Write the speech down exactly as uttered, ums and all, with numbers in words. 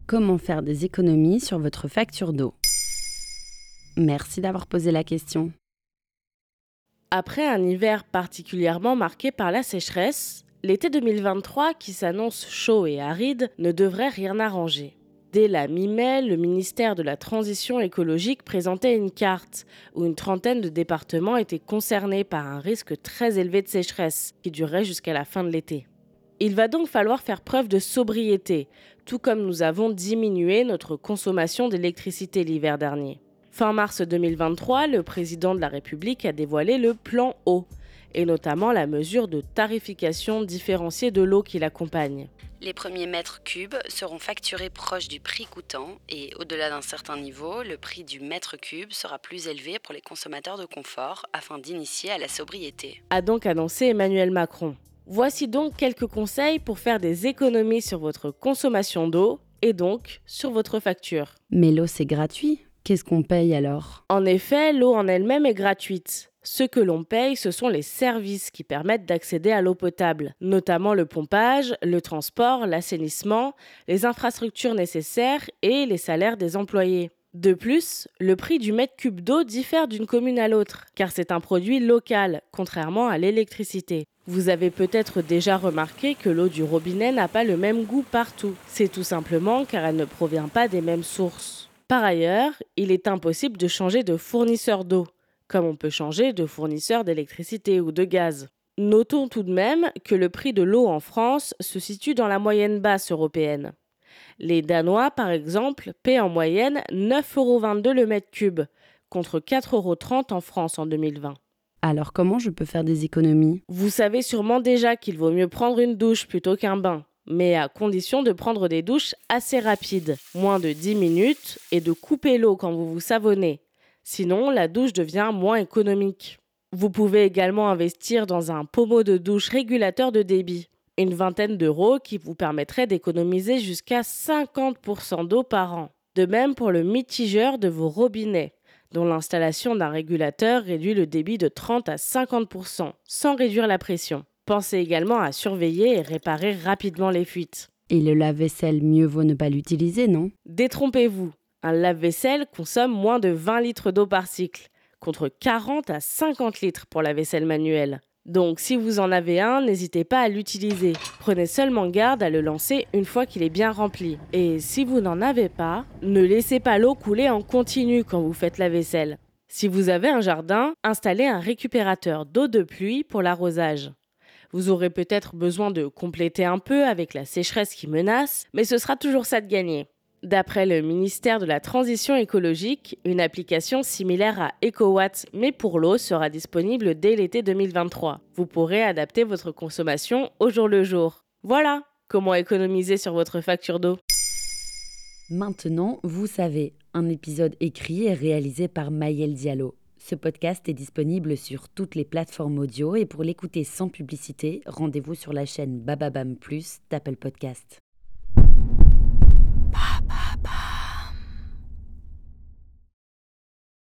Comment faire des économies sur votre facture d'eau ? Merci d'avoir posé la question. Après un hiver particulièrement marqué par la sécheresse, l'été deux mille vingt-trois, qui s'annonce chaud et aride, ne devrait rien arranger. Dès la mi-mai, le ministère de la Transition écologique présentait une carte où une trentaine de départements étaient concernés par un risque très élevé de sécheresse qui durerait jusqu'à la fin de l'été. Il va donc falloir faire preuve de sobriété, tout comme nous avons diminué notre consommation d'électricité l'hiver dernier. Fin mars deux mille vingt-trois, le président de la République a dévoilé le plan eau, et notamment la mesure de tarification différenciée de l'eau qui l'accompagne. Les premiers mètres cubes seront facturés proches du prix coûtant et au-delà d'un certain niveau, le prix du mètre cube sera plus élevé pour les consommateurs de confort afin d'initier à la sobriété. A donc annoncé Emmanuel Macron. Voici donc quelques conseils pour faire des économies sur votre consommation d'eau et donc sur votre facture. Mais l'eau, c'est gratuit. Qu'est-ce qu'on paye alors ? En effet, l'eau en elle-même est gratuite. Ce que l'on paye, ce sont les services qui permettent d'accéder à l'eau potable, notamment le pompage, le transport, l'assainissement, les infrastructures nécessaires et les salaires des employés. De plus, le prix du mètre cube d'eau diffère d'une commune à l'autre, car c'est un produit local, contrairement à l'électricité. Vous avez peut-être déjà remarqué que l'eau du robinet n'a pas le même goût partout. C'est tout simplement car elle ne provient pas des mêmes sources. Par ailleurs, il est impossible de changer de fournisseur d'eau, comme on peut changer de fournisseur d'électricité ou de gaz. Notons tout de même que le prix de l'eau en France se situe dans la moyenne basse européenne. Les Danois, par exemple, paient en moyenne neuf euros vingt-deux le mètre cube, contre quatre euros trente en France en deux mille vingt. Alors comment je peux faire des économies ? Vous savez sûrement déjà qu'il vaut mieux prendre une douche plutôt qu'un bain, mais à condition de prendre des douches assez rapides, moins de dix minutes, et de couper l'eau quand vous vous savonnez. Sinon, la douche devient moins économique. Vous pouvez également investir dans un pommeau de douche régulateur de débit, une vingtaine d'euros qui vous permettrait d'économiser jusqu'à cinquante pour cent d'eau par an. De même pour le mitigeur de vos robinets, dont l'installation d'un régulateur réduit le débit de trente à cinquante pour cent, sans réduire la pression. Pensez également à surveiller et réparer rapidement les fuites. Et le lave-vaisselle, mieux vaut ne pas l'utiliser, non ? Détrompez-vous, un lave-vaisselle consomme moins de vingt litres d'eau par cycle, contre quarante à cinquante litres pour la vaisselle manuelle. Donc si vous en avez un, n'hésitez pas à l'utiliser. Prenez seulement garde à le lancer une fois qu'il est bien rempli. Et si vous n'en avez pas, ne laissez pas l'eau couler en continu quand vous faites la vaisselle. Si vous avez un jardin, installez un récupérateur d'eau de pluie pour l'arrosage. Vous aurez peut-être besoin de compléter un peu avec la sécheresse qui menace, mais ce sera toujours ça de gagner. D'après le ministère de la Transition écologique, une application similaire à EcoWatt, mais pour l'eau, sera disponible dès l'été deux mille vingt-trois. Vous pourrez adapter votre consommation au jour le jour. Voilà comment économiser sur votre facture d'eau. Maintenant, vous savez, un épisode écrit et réalisé par Maëlle Diallo. Ce podcast est disponible sur toutes les plateformes audio et pour l'écouter sans publicité, rendez-vous sur la chaîne Bababam Plus d'Apple Podcast.